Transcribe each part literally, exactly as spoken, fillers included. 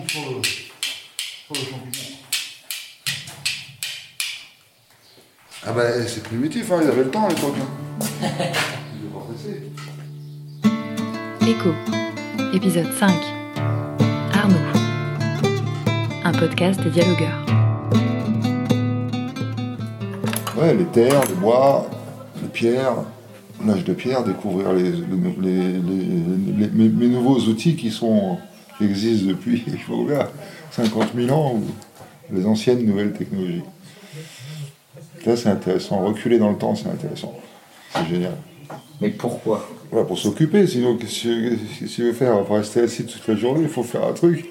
tombe sur le, sur le champignon. Ah bah c'est primitif, hein, ils avaient le temps à l'époque. Hein. Ils devaient pas presser. Écho, épisode cinq. Arnaud. Un podcast des dialogueurs. Ouais, les terres, les bois, les pierres, l'âge de pierre, découvrir les, les, les, les, les, mes, mes nouveaux outils qui, sont, qui existent depuis, il faut voir, cinquante mille ans, ou les anciennes nouvelles technologies. Là, c'est intéressant. Reculer dans le temps, c'est intéressant. C'est génial. Mais pourquoi ? Ouais, pour s'occuper, sinon, qu'est-ce que tu veux faire ? Pour rester assis toute la journée, il faut faire un truc.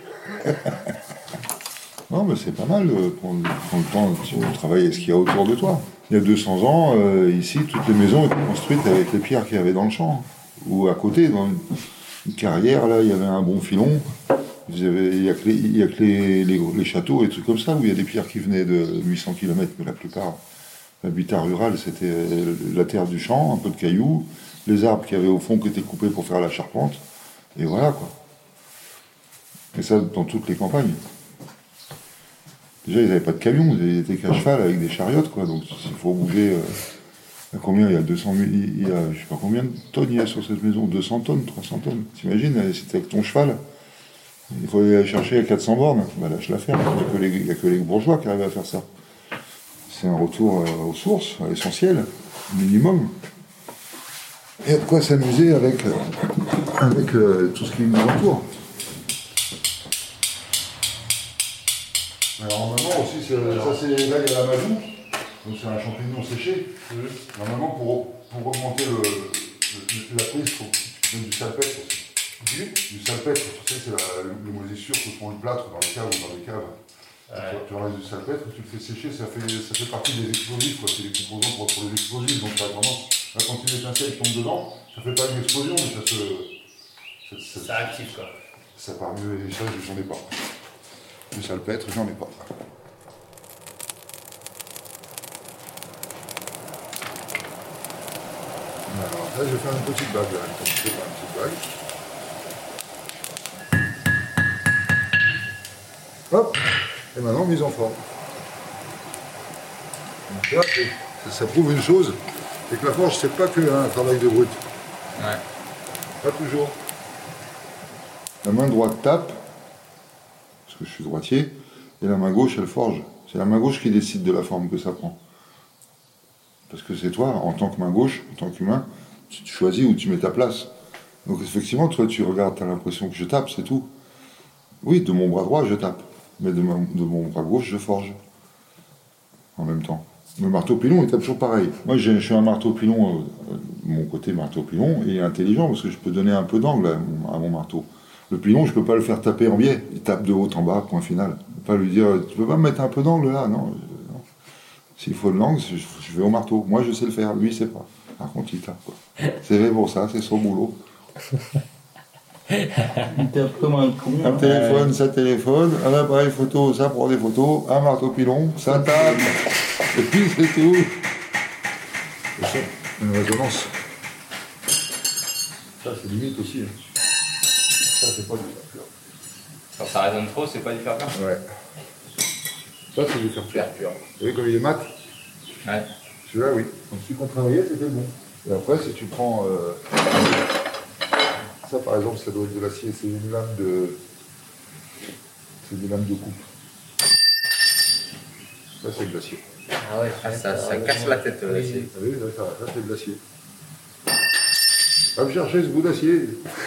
Non, mais c'est pas mal de prendre, prendre le temps de travailler avec ce qu'il y a autour de toi. Il y a deux cents ans, euh, ici, toutes les maisons étaient construites avec les pierres qu'il y avait dans le champ. Ou à côté, dans une, une carrière, là, il y avait un bon filon. Vous avez, il n'y a que, les, il y a que les, les, les châteaux et des trucs comme ça, où il y a des pierres qui venaient de huit cents kilomètres, mais la plupart, l'habitat rural, c'était la terre du champ, un peu de cailloux, les arbres qu'il y avait au fond qui étaient coupés pour faire la charpente, et voilà, quoi. Et ça, dans toutes les campagnes. Déjà, ils n'avaient pas de camions, ils étaient qu'à cheval avec des chariotes, quoi. Donc, il faut bouger. Euh, combien il y a deux cent mille, il y a, je sais pas combien de tonnes il y a sur cette maison, deux cents tonnes, trois cents tonnes. T'imagines, si t'es avec ton cheval, il faut aller chercher à quatre cents bornes. Bah, lâche l'affaire, il n'y a que les bourgeois qui arrivent à faire ça. C'est un retour euh, aux sources, à l'essentiel, minimum. Et de quoi s'amuser avec, euh, avec euh, tout ce qui nous entoure. Alors normalement aussi, c'est, ça c'est là il y a la majou, donc c'est un champignon séché. Mmh. Normalement pour, pour augmenter le, le, la prise, il faut que tu donnes du salpêtre aussi. Du, du salpêtre, tu sais, c'est la, le, le moisissure que font le plâtre dans les caves ou dans les caves. Ouais. Tu, tu enlèves du salpêtre, tu le fais sécher, ça fait, ça fait partie des explosifs, quoi. C'est les composants pour, pour les explosifs. Donc ça vraiment, là quand une étincelle tombe dedans, ça fait pas une explosion, mais ça se. Ça, ça, ça active quoi. Ça part mieux et ça, j'en ai pas. Du salpêtre, j'en ai pas. Alors là, je vais faire une petite bague, là. Je vais faire une petite bague. Hop. Et maintenant, mise en forme. Donc là, ça, ça prouve une chose, c'est que la forge, c'est pas que hein, un travail de brut. Ouais. Pas toujours. La main droite tape, parce que je suis droitier, et la main gauche, elle forge. C'est la main gauche qui décide de la forme que ça prend. Parce que c'est toi, en tant que main gauche, en tant qu'humain, tu choisis où tu mets ta place. Donc effectivement, toi, tu regardes, tu as l'impression que je tape, c'est tout. Oui, de mon bras droit, je tape. Mais de, ma, de mon bras gauche, je forge. En même temps. Le marteau-pilon, il tape toujours pareil. Moi, je suis un marteau-pilon, euh, mon côté marteau-pilon, et intelligent, parce que je peux donner un peu d'angle à mon, à mon marteau. Le pilon, je peux pas le faire taper en biais. Il tape de haut en bas, point final. Je peux pas lui dire, tu peux pas me mettre un peu d'angle là, non. non. S'il faut de l'angle, je, je vais au marteau. Moi, je sais le faire, lui, il sait pas. Par contre, il tape, quoi. C'est vrai pour ça, c'est son boulot. Il tape comme un con. Un téléphone, ça téléphone. Un appareil photo, ça prend des photos. Un marteau-pilon, ça tape. Et puis, c'est tout. C'est ça, une résonance. Ça, c'est limite aussi. Ça, c'est pas du fer pur. Quand ça résonne trop, c'est pas du fer pur ? Ouais. Ça, c'est du fer pur. Fer pur. Vous voyez comme il est mat ? Ouais. Celui-là, oui. Donc, si on travaillait, c'était bon. Et après, si tu prends... Euh... Ça, par exemple, ça doit être de l'acier. C'est une lame de... C'est des lames de coupe. Ça, c'est de l'acier. Ah ouais, ah, ça, ça casse la tête, euh, l'acier. Vous avez vu, ça, ça, c'est de l'acier. Va me chercher ce bout d'acier.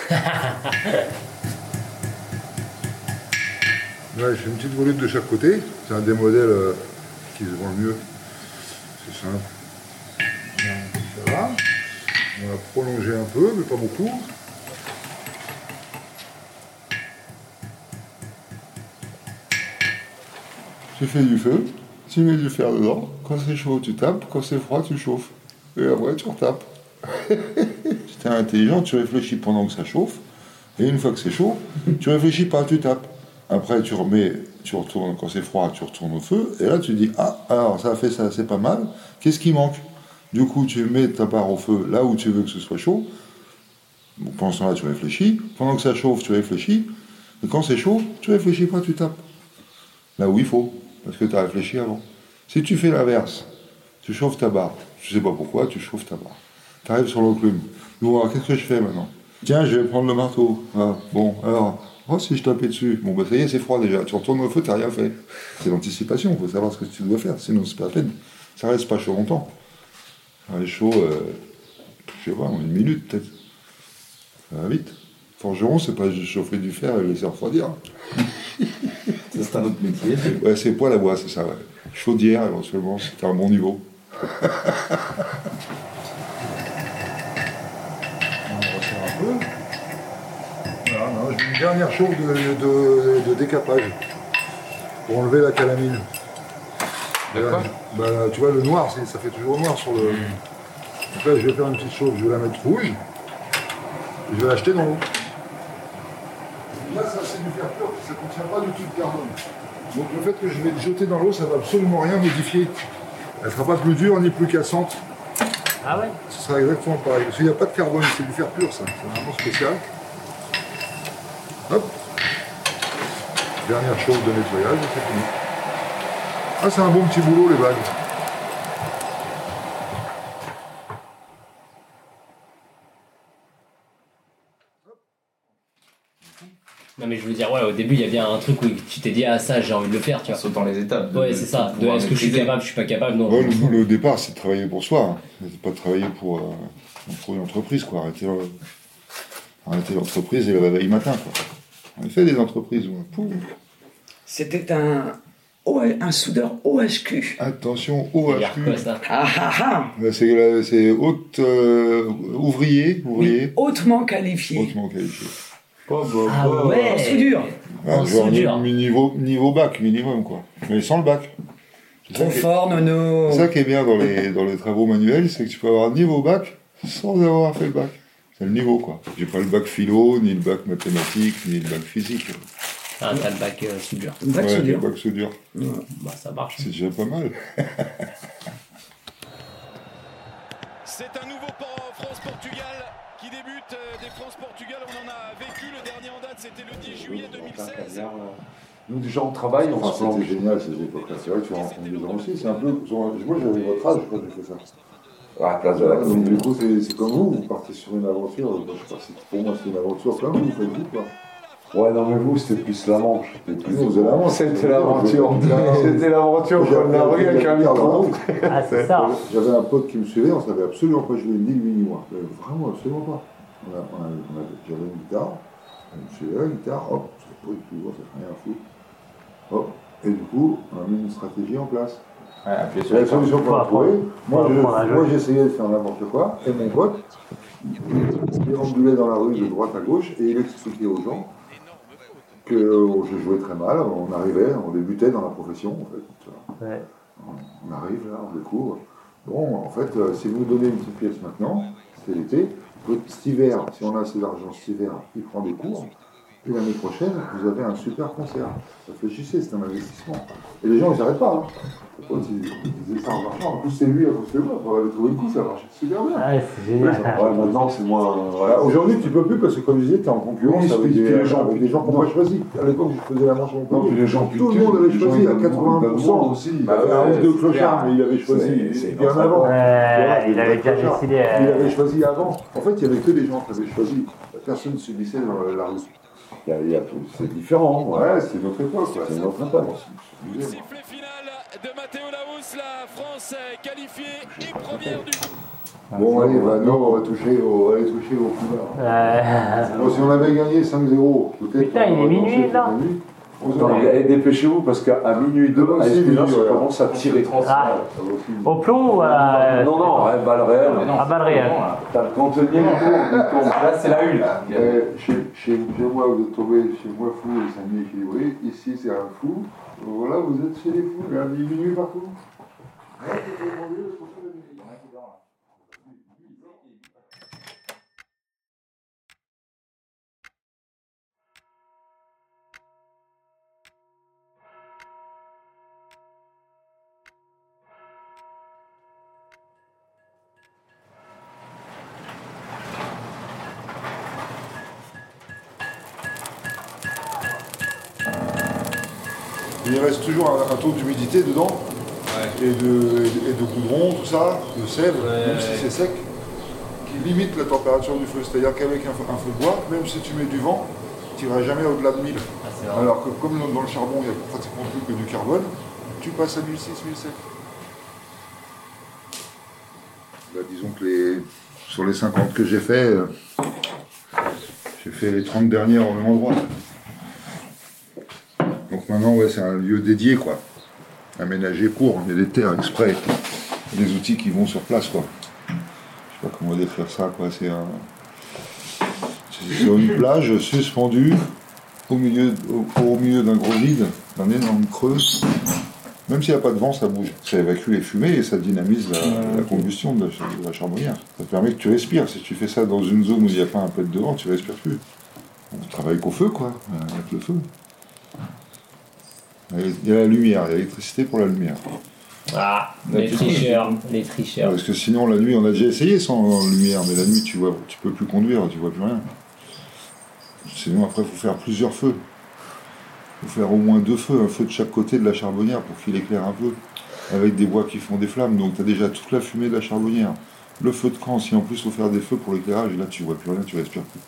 Là, je fais une petite volute de chaque côté. C'est un des modèles euh, qui se vend le mieux. C'est simple. Ça va. On va prolonger un peu, mais pas beaucoup. Tu fais du feu, tu mets du fer dedans. Quand c'est chaud, tu tapes. Quand c'est froid, tu chauffes. Et après, tu retapes. Si t'es intelligent, tu réfléchis pendant que ça chauffe. Et une fois que c'est chaud, tu réfléchis pas, tu tapes. Après, tu remets, tu retournes, quand c'est froid, tu retournes au feu. Et là, tu dis, ah, alors ça a fait ça, c'est pas mal. Qu'est-ce qui manque ? Du coup, tu mets ta barre au feu là où tu veux que ce soit chaud. Bon, pendant ce temps-là, tu réfléchis. Pendant que ça chauffe, tu réfléchis. Et quand c'est chaud, tu réfléchis pas, tu tapes. Là où il faut, parce que tu as réfléchi avant. Si tu fais l'inverse, tu chauffes ta barre. Je sais pas pourquoi, tu chauffes ta barre. Tu arrives sur l'enclume. Bon, alors qu'est-ce que je fais maintenant? Tiens, je vais prendre le marteau. Ah, bon, alors, oh, si je tapais dessus. Bon, bah ça y est, c'est froid déjà. Tu retournes au feu, t'as rien fait. C'est l'anticipation, il faut savoir ce que tu dois faire, sinon c'est pas la peine. Ça reste pas chaud longtemps. Ça reste chaud, euh, je sais pas, une minute peut-être. Ça va vite. Forgeron, c'est pas juste chauffer du fer et le laisser refroidir. Ça, c'est un autre métier. Ouais, c'est poêle à bois, c'est ça, ouais. Chaudière, éventuellement, c'était un bon niveau. On va refaire un peu. Voilà, non, j'ai une dernière chauffe de, de, de décapage pour enlever la calamine. De quoi? Bah, tu vois, le noir, c'est- ça fait toujours noir sur le. Donc là, je vais faire une petite chauffe, je vais la mettre rouge. Et je vais l'acheter dans l'eau. Là, ça, c'est du fer pur, ça ne contient pas du tout de carbone. Donc le fait que je vais le jeter dans l'eau, ça ne va absolument rien modifier. Elle ne sera pas plus dure ni plus cassante. Ah ouais? Ce sera exactement pareil. Parce qu'il n'y a pas de carbone, c'est du fer pur, ça. C'est vraiment spécial. Hop. Dernière chauffe de nettoyage, et c'est fini. Ah, c'est un bon petit boulot, les bagues. Non mais je veux dire, ouais, au début il y a bien un truc où tu t'es dit, ah ça j'ai envie de le faire, tu En vois. sautant les étapes. de- Ouais, de- c'est ça. de De, pouvoir est-ce que je suis maîtriser. capable, je suis pas capable, non. Ouais, le, le départ, c'est de travailler pour soi. Hein. C'est pas de travailler pour, euh, pour une entreprise, quoi. Arrêter, euh, arrêter l'entreprise et le réveil matin, quoi. On a fait des entreprises où... Pouf. C'était un, O- un soudeur O H Q. Attention, Regarde O H Q. quoi ça. Ah ah ah Là, C'est, là, c'est haute, euh, ouvrier, ouvrier, Oui, hautement qualifié. hautement qualifié. Oh, bah, Ah bah, ouais. En soudure. Ah, En genre soudure. mi- niveau, niveau bac minimum, quoi. Mais sans le bac. C'est ça Trop qui est- fort, Nono. c'est ça qui est bien dans les, dans les travaux manuels, c'est que tu peux avoir un niveau bac sans avoir fait le bac. C'est le niveau, quoi. J'ai pas le bac philo, ni le bac mathématiques, ni le bac physique. Ah, t'as le bac euh, soudure. Une vraie Ouais, le soudure. bac soudure. Bah ça marche. C'est déjà pas mal. C'est un nouveau port France-Portugal qui débute euh, des France-Portugal. On en a vécu. Le dernier en date, c'était le dix juillet deux mille seize. Nous, déjà, on travaille, on Enfin, se plonge. c'était génial ces époques-là. C'est vrai que tu rencontres des gens aussi. C'est un peu. Moi, j'avais votre âge quand j'ai fait ça. À la place de la Donc, du coup, c'est c'est comme vous. Vous partez sur une aventure. Moi, je sais pas si pour moi, c'est une aventure comme vous. Vous faites vous, quoi. Ouais, non, mais vous, c'était plus la Manche. C'était plus... Nous, vous avez la Manche. C'était l'aventure. C'était l'aventure J'avais comme la rue avec un micro. Ah c'est ça. J'avais un pote qui me suivait, on savait absolument pas jouer ni lui ni moi. Euh, Vraiment, absolument pas. On a, on a, on a, j'avais une guitare, il me suivait la guitare, hop, je savais pas du tout, ça fait rien à foutre. Hop, et du coup, on a mis une stratégie en place. Ouais, appuyer sur C'est la les points. solution qu'on a Faut trouvée. Moi, Faut je- apprendre à jouer. moi, j'essayais de faire n'importe quoi, et mon pote, il ambulait dans la rue de droite à gauche, et il expliquait aux gens que euh, je jouais très mal, on arrivait, on débutait dans la profession, en fait. tu vois. Ouais. On arrive là, on découvre. Bon, en fait, euh, si vous nous donnez une petite pièce maintenant, c'est l'été, cet hiver, si on a assez d'argent cet hiver, il prend des cours, et l'année prochaine, vous avez un super concert. Réfléchissez, c'est un investissement. Et les gens, ils n'arrêtent pas. Hein. Ils, ils disaient ça en marchant. En plus, c'est lui, à cause de moi, on avait trouvé le coup, ça marchait super bien. Ah, c'est génial. Ouais, maintenant, c'est moins... Voilà, aujourd'hui, tu peux plus parce que, comme je disais, tu es en concurrence Oui, avec, puis- des, puis les gens- avec des gens qu'on n'a pas choisi. À l'époque, je faisais la manche en Non, Montpellier. puis les gens... Tout le monde avait choisi à quatre-vingts pour cent. aussi. Bah, un ou deux clochards, mais il avait choisi C'est- c'est bien avant. Ouais, il avait déjà décidé. euh, Il avait choisi avant. En fait, il n'y avait que des gens qui avaient choisi. Personne ne subissait dans la rue. Il y a- il y a tout. C'est différent. Ouais. Ouais, c'est notre époque. quoi. C'est notre époque. Sifflet final de Matteo Laus. La France est qualifiée et première du Bon, allez, bah, non, on va toucher au, on va aller toucher au plus bas. euh, Bon, si on avait gagné cinq zéro, peut-être. Putain, il est on aurait minuit, dansé toute là. la nuit. Non, mais, eh, dépêchez-vous parce qu'à minuit deux, Ah, à c'est Espérance, minuit, on ouais. commence à tirer. Ah, Ça va aussi. au plomb ou à. Non, non, ouais, balle réelle. À balle réelle. T'as le contenu du tour, du tour. Là, c'est la une. Euh, chez, chez, chez moi, vous êtes tombé chez moi fou et c'est un équilibré. Ici, c'est un fou. Voilà, vous êtes chez les fous. Il y a un minuit partout. Ouais, c'est pas demandé, c'est pour ça la minuit. il reste toujours un, un taux d'humidité dedans, ouais. et, de, et de goudron, tout ça, de sève, ouais, même ouais. si c'est sec, qui limite la température du feu. C'est-à-dire qu'avec un, un feu de bois, même si tu mets du vent, tu n'iras jamais au-delà de mille. Ah, alors que comme dans le charbon, il n'y a pratiquement plus que du carbone, tu passes à mille six, mille sept. Là, disons que les, sur les cinquante que j'ai fait, euh, j'ai fait les trente dernières au même endroit. Donc maintenant, ouais, c'est un lieu dédié, quoi. Aménagé pour, il y a des terres exprès, des outils qui vont sur place, quoi. Je sais pas comment décrire ça, quoi. C'est un... C'est sur une plage suspendue au milieu, au, au milieu d'un gros vide, d'un énorme creux. Même s'il n'y a pas de vent, ça bouge. Ça évacue les fumées et ça dynamise la, la combustion de la, de la charbonnière. Ça permet que tu respires. Si tu fais ça dans une zone où il n'y a pas un peu de vent, tu ne respires plus. On travaille qu'au feu, quoi, avec le feu. Il y a la lumière, il y a l'électricité pour la lumière. Ah, les tricheurs, les tricheurs. Parce que sinon, la nuit, on a déjà essayé sans lumière, mais la nuit, tu vois, tu peux plus conduire, tu vois plus rien. Sinon, après, il faut faire plusieurs feux. Il faut faire au moins deux feux, un feu de chaque côté de la charbonnière pour qu'il éclaire un peu, avec des bois qui font des flammes. Donc, tu as déjà toute la fumée de la charbonnière. Le feu de camp, si en plus il faut faire des feux pour l'éclairage, là, tu vois plus rien, tu respires plus.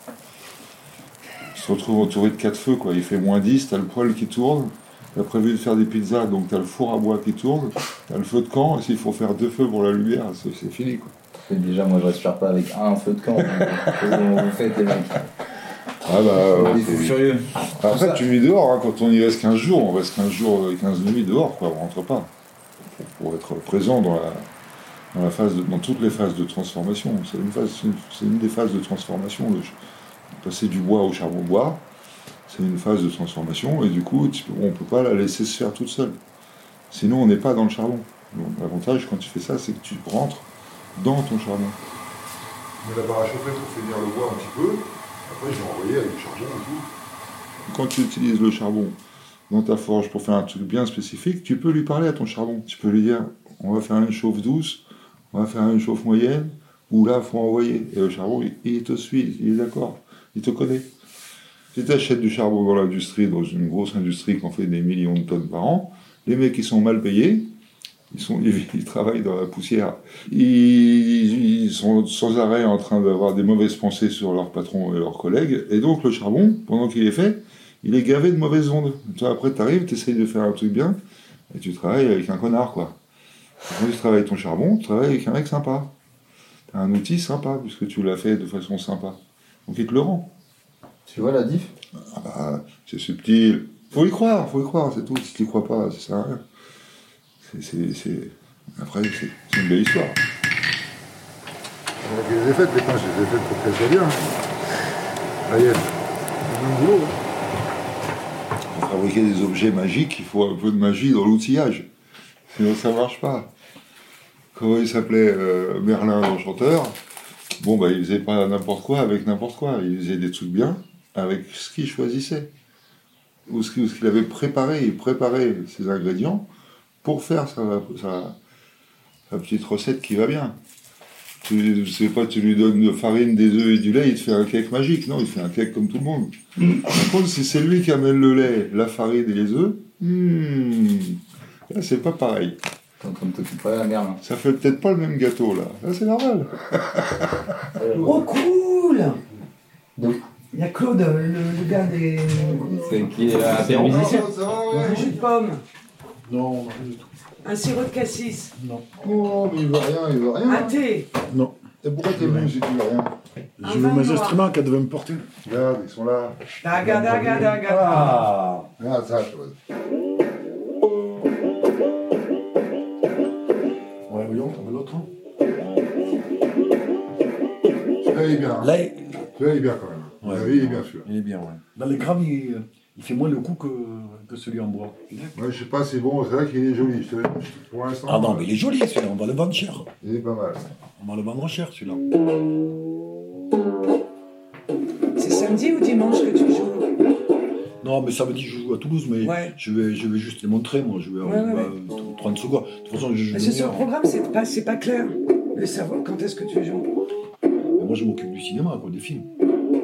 Tu te retrouves entouré de quatre feux, quoi. Il fait moins dix, tu as le poêle qui tourne. Tu as prévu de faire des pizzas, donc tu as le four à bois qui tourne, tu as le feu de camp, et s'il faut faire deux feux pour la lumière, c'est, c'est fini, quoi. Et déjà, moi, je respire pas avec un feu de camp. Vous faites, les mecs. Ah bah, ouais, c'est furieux. Après, tu vis dehors, hein, quand on y reste quinze jours, on reste quinze jours, quinze nuits dehors, quoi, on rentre pas. Pour, pour être présent dans, la, dans, la phase de, dans toutes les phases de transformation. C'est une, phase, c'est une, c'est une des phases de transformation. De passer du bois au charbon-bois, c'est une phase de transformation, et du coup, tu, on ne peut pas la laisser se faire toute seule. Sinon, on n'est pas dans le charbon. Donc, l'avantage, quand tu fais ça, c'est que tu rentres dans ton charbon. On met la barre à chauffer pour finir le bois un petit peu. Après, je vais envoyer avec du charbon et tout. Quand tu utilises le charbon dans ta forge pour faire un truc bien spécifique, tu peux lui parler à ton charbon. Tu peux lui dire, on va faire une chauffe douce, on va faire une chauffe moyenne, ou là, il faut envoyer. Et le charbon, il, il te suit, il est d'accord, il te connaît. Si tu achètes du charbon dans l'industrie, dans une grosse industrie qui en fait des millions de tonnes par an, les mecs qui sont mal payés, Ils, sont, ils, ils travaillent dans la poussière. Ils, ils sont sans arrêt en train d'avoir des mauvaises pensées sur leurs patrons et leurs collègues. Et donc, le charbon, pendant qu'il est fait, il est gavé de mauvaises ondes. Toi, après, tu arrives, tu essayes de faire un truc bien, et tu travailles avec un connard, quoi. Quand tu travailles ton charbon, tu travailles avec un mec sympa. Tu as un outil sympa, puisque tu l'as fait de façon sympa. Donc, il te le rend. Tu vois la diff ? Ah bah, c'est subtil. Faut y croire, faut y croire, c'est tout. Si tu y crois pas, ça sert à rien. C'est, c'est, c'est... Après, c'est, c'est une belle histoire. Je les ai faites, les pinces, je les ai faites pour qu'elles soient bien. Ariel, c'est un boulot. Pour fabriquer des objets magiques, il faut un peu de magie dans l'outillage. Sinon, ça marche pas. Comment il s'appelait euh, Merlin, l'enchanteur. Bon, bah, il faisait pas n'importe quoi avec n'importe quoi. Il faisait des trucs bien avec ce qu'il choisissait. Ou ce qu'il avait préparé. Il préparait ses ingrédients pour faire sa, sa, sa petite recette qui va bien. Tu sais pas, tu lui donnes de farine, des œufs et du lait, il te fait un cake magique. Non, il fait un cake comme tout le monde. Par contre, si c'est lui qui amène le lait, la farine et les œufs, hmm, là, c'est pas pareil. T'es en train de te préparer la merde. Ça fait peut-être pas le même gâteau, là. Là, c'est normal. Oh, cool! Donc, il y a Claude, le, le gars des... C'est qui est là? C'est un musicien. Un jus de pomme. Non, rien du tout. Un sirop de cassis. Non. Oh, mais il veut rien, il veut rien. Un thé. Non. Et pourquoi t'es bon si tu veux rien? Un Je veux vin mes noir. instruments qu'elle devait me porter. Regarde, ils sont là. Daga, daga, daga. Ah. Regarde ça, toi. Ouais, voyons, on va l'autre. Celui-là, il est bien. Là, il... Celui-là, il est bien quand même. Ouais. Oui, il est bien sûr. il est bien, ouais. Dans les graves, il, il fait moins le coup que, que celui en bois. Ouais, je sais pas, c'est bon, c'est vrai qu'il est joli. Je te... Pour l'instant. Ah non, mais il est joli celui-là, on va le vendre cher. Il est pas mal. On va le vendre cher celui-là. C'est samedi ou dimanche que tu joues? Non, mais samedi je joue à Toulouse, mais Ouais. je, vais, je vais juste les montrer, moi. Je vais Ouais, ouais, bah, ouais. trente secondes. De toute façon, je joue. Parce que sur le programme, c'est pas, c'est pas clair. Le savoir quand est-ce que tu joues. Mais moi, je m'occupe du cinéma, quoi, des films.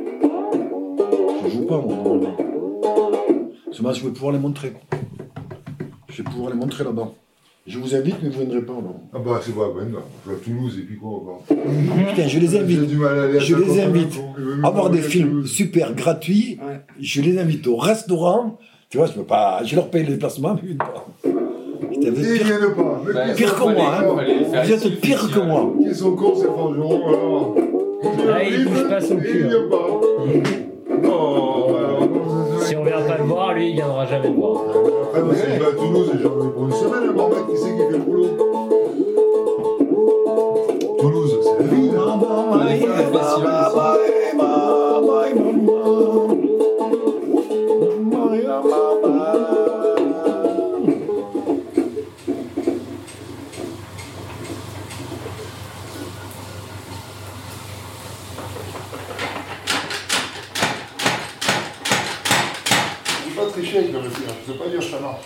Je joue pas, moi, normalement. Ce match, je vais pouvoir les montrer. Je vais pouvoir les montrer là-bas. Je vous invite, mais vous ne viendrez pas. Non. Ah bah c'est pas ben, je vais à Toulouse et puis quoi encore. Putain, je les invite. J'ai du mal à aller à Je les Saint-Quentin, invite. quoi. Je vais même Avoir pas des aller à films Toulouse. super gratuits. Ouais. Je les invite au restaurant. Tu vois, je peux pas. Je leur paye les déplacements, mais ils viennent pas. Putain, vous Et êtes ils pire, viennent pas. Mais Bah, qu'est-ce pire qu'on que fait, moi, les hein. fallait les faire Vous ici, êtes pire que moi. Ils sont cons, ces forgerons, alors. Ah, il bouge pas son Et cul, il hein. vient pas. Non, bah alors, non, c'est- Si on vient pas le voir, lui, il viendra jamais le voir. Après, moi, si je vais à Toulouse et j'en ai pour une semaine, un mec qui sait qui fait le boulot. Toulouse, c'est la vie. hein. Je peux pas tricher avec le métier, je peux pas dire que ça marche.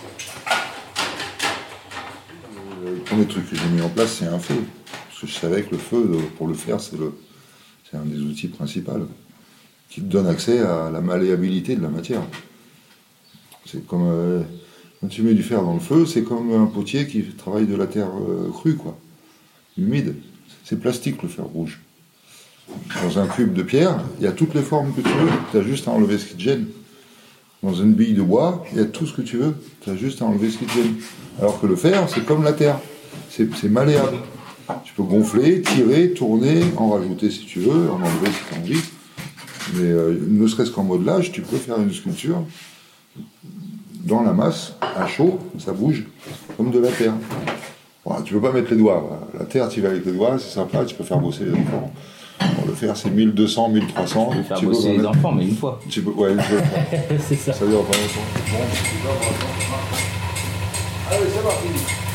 Euh, Le premier truc que j'ai mis en place, c'est un feu. Parce que je savais que le feu, euh, pour le faire, c'est le, c'est un des outils principaux qui te donne accès à la malléabilité de la matière. C'est comme euh, quand tu mets du fer dans le feu, c'est comme un potier qui travaille de la terre euh, crue, quoi, humide. C'est plastique le fer rouge. Dans un cube de pierre, il y a toutes les formes que tu veux. Tu as juste à enlever ce qui te gêne. Dans une bille de bois, il y a tout ce que tu veux. Tu as juste à enlever ce qui te gêne. Alors que le fer, c'est comme la terre. C'est, c'est malléable. Tu peux gonfler, tirer, tourner, en rajouter si tu veux, en enlever si tu as envie. Mais euh, ne serait-ce qu'en modelage, tu peux faire une sculpture dans la masse, à chaud, ça bouge, comme de la terre. Voilà, tu peux pas mettre les doigts. Voilà. La terre, tu y vas avec les doigts, c'est sympa, tu peux faire bosser les enfants. Bon, le fer, c'est mille deux cents, mille trois cents. Je vais faire Tu peux bosser en les mettre- enfants, mais une fois. Tu peux, ouais, une fois. C'est ça. Ça dure pas longtemps. Bon, c'est pas longtemps. Allez, c'est parti.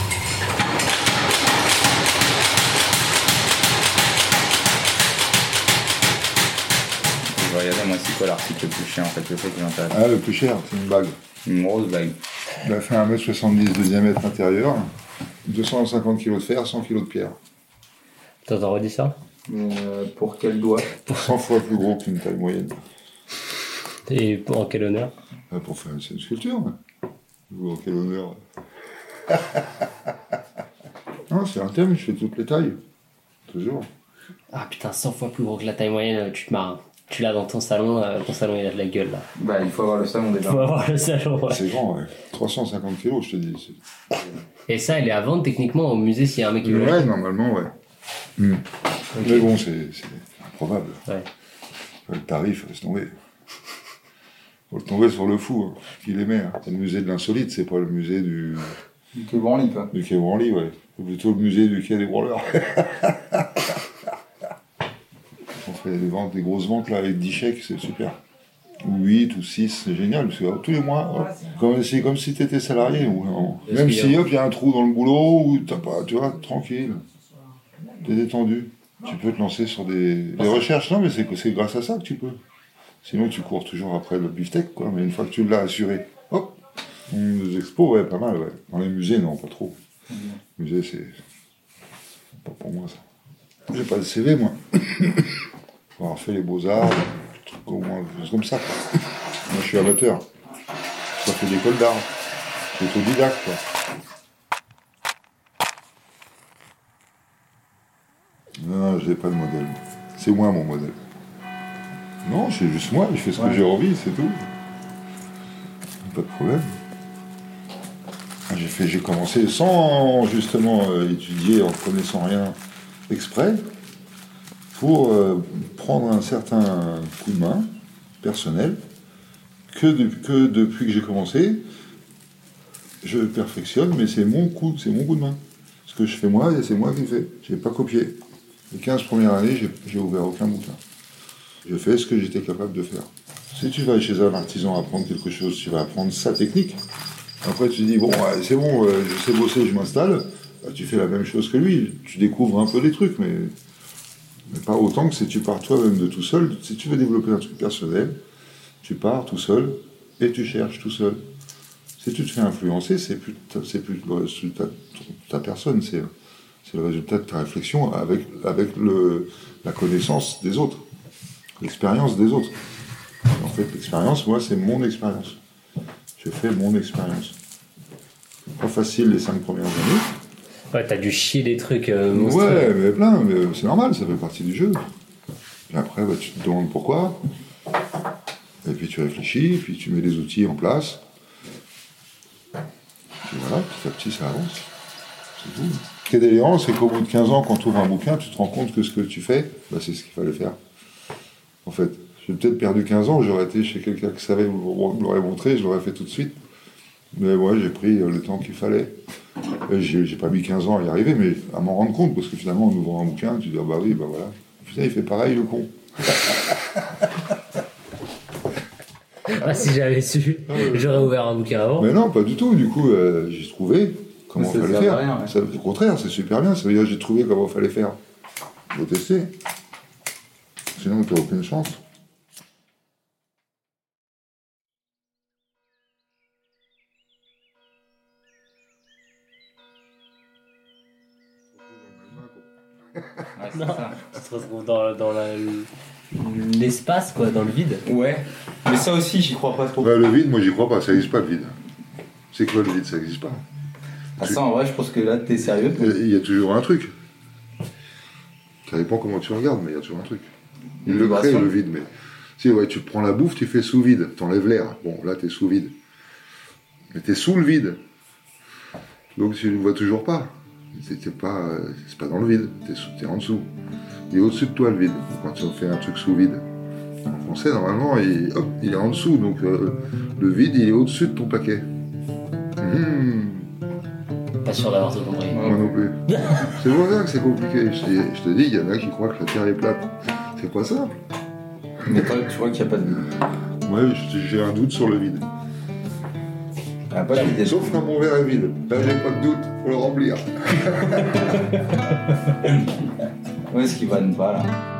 Je vais regarder moi c'est quoi l'article le plus cher en fait, le truc qui m'intéresse. Ah, le plus cher, c'est une bague. Une grosse bague. Il a fait un mètre soixante-dix de diamètre intérieur, deux cent cinquante kilos de fer, cent kilos de pierre. T'as t'as redit ça? Euh, pour quel doigt? cent fois plus gros qu'une taille moyenne. Et pour- en quel honneur? Ah, pour faire c'est une sculpture. Ouais. Oh, quel honneur. Non, c'est un thème, je fais toutes les tailles. Toujours. Ah putain, cent fois plus gros que la taille moyenne, euh, tu te marres. Tu l'as dans ton salon, euh, ton salon il a de la gueule là. Bah il faut avoir le salon déjà. Faut avoir le salon, ouais. C'est grand, ouais. trois cent cinquante kilos, je te dis. C'est... Et ça, elle est à vendre techniquement au musée s'il y a un mec qui veut Ouais, l'acheter. normalement, ouais. Hmm. Mais bon, c'est, c'est improbable. Ouais. Le tarif, laisse tomber. Faut le tomber sur le fou, hein, qu'il aimait. Hein. C'est le musée de l'insolite, c'est pas le musée du, Du Quai Branly quoi. du quai Branly, ouais. C'est plutôt le musée du quai des branleurs. On fait des ventes, des grosses ventes là avec dix chèques, c'est super. Ou huit ou six, c'est génial, parce que euh, tous les mois, hop, comme, c'est comme si tu étais salarié. Ou, non. Est-ce Même qu'il y a- si hop, il y a un trou dans le boulot, ou t'as pas, tu vois, tranquille, t'es détendu. Tu peux te lancer sur des, des recherches, non, mais c'est, c'est grâce à ça que tu peux. Sinon, tu cours toujours après le beefsteak, quoi, mais une fois que tu l'as assuré, hop, les expos, ouais, pas mal, ouais. Dans les musées, non, pas trop. Les musées, c'est pas pour moi, ça. J'ai pas de C V, moi. Faut avoir fait les beaux-arts, des trucs au moins, des choses comme ça, quoi. Moi, je suis amateur. J'ai pas fait d'école d'art. Je suis autodidacte, quoi. Non, j'ai pas de modèle. C'est moi, mon modèle. Non, c'est juste moi, je fais ce que j'ai envie, c'est tout. Pas de problème. J'ai fait, j'ai commencé sans justement euh, étudier, en connaissant rien exprès, pour euh, prendre un certain coup de main personnel que, de- que depuis que j'ai commencé, je perfectionne, mais c'est mon coup, c'est mon coup de main. Ce que je fais moi, c'est moi qui le fais. J'ai pas copié. Les quinze premières années, j'ai, j'ai ouvert aucun bouquin. Je fais ce que j'étais capable de faire. Si tu vas chez un artisan apprendre quelque chose, tu vas apprendre sa technique. Après, tu te dis, bon, ouais, c'est bon, euh, je sais bosser, je m'installe. Bah, tu fais la même chose que lui. Tu découvres un peu des trucs, mais, mais pas autant que si tu pars toi-même de tout seul. Si tu veux développer un truc personnel, tu pars tout seul et tu cherches tout seul. Si tu te fais influencer, c'est plus, ta- c'est plus le résultat de ta personne, c'est, c'est le résultat de ta réflexion avec, avec le, la connaissance des autres, l'expérience des autres. En fait, l'expérience, moi, c'est mon expérience. Je fais mon expérience. pas facile les cinq premières années. Ouais, t'as dû chier des trucs euh, monstrueux. Ouais, mais plein, mais c'est normal, ça fait partie du jeu. Puis après, bah, tu te demandes pourquoi. Et puis tu réfléchis, puis tu mets les outils en place. Puis voilà, petit à petit, ça avance. C'est tout. Ce qui est délirant, c'est qu'au bout de quinze ans, quand tu ouvres un bouquin, tu te rends compte que ce que tu fais, bah, c'est ce qu'il fallait faire. En fait, j'ai peut-être perdu quinze ans, j'aurais été chez quelqu'un qui savait, me l'aurait montré, je l'aurais fait tout de suite. Mais moi, j'ai pris le temps qu'il fallait. Et j'ai, j'ai pas mis quinze ans à y arriver, mais à m'en rendre compte, parce que finalement, en ouvrant un bouquin, tu dis, ah bah oui, bah voilà. Putain, il fait pareil, le con. Ah, si j'avais su, j'aurais ouvert un bouquin avant. Mais non, pas du tout. Du coup, euh, j'ai trouvé comment il fallait faire. Rien, ouais. Ça, au contraire, c'est super bien. Ça veut dire que j'ai trouvé comment il fallait faire. Faut tester. Sinon, tu n'as aucune chance. Ouais, c'est Non, ça. tu te retrouves dans, dans la- l'espace, quoi, dans le vide. Ouais, mais ça aussi, j'y crois pas trop. Bah, le vide, moi, j'y crois pas. Ça n'existe pas, le vide. C'est quoi le vide? Ça n'existe pas. Ah, ça, en vrai, je pense que là, t'es sérieux. Il y a- il y a toujours un truc. Ça dépend comment tu regardes, mais il y a toujours un truc. Il Une le crée, vibration. le vide, mais... Tu sais, ouais, tu prends la bouffe, tu fais sous vide. T'enlèves l'air. Bon, là, t'es sous vide. Mais t'es sous le vide. Donc, tu ne le vois toujours pas. C'est, c'est pas, euh, c'est pas dans le vide. T'es, sous, t'es en dessous. Il est au-dessus de toi, le vide. Quand tu fais un truc sous vide. En français, normalement, il, hop, il est en dessous. Donc, euh, le vide, il est au-dessus de ton paquet. Mmh. Pas sûr d'avoir tout compris. Moi non plus. C'est pour ça que c'est compliqué. Je te, je te dis, il y en a qui croient que la Terre est plate. C'est pas simple. Mais toi, tu vois qu'il n'y a pas de vide. Moi, j'ai un doute sur le vide. Il n'y a pas de vide. Sauf quand mon verre est vide. Là, j'ai pas de doute, faut le remplir. Où est-ce qu'il va ne pas, là?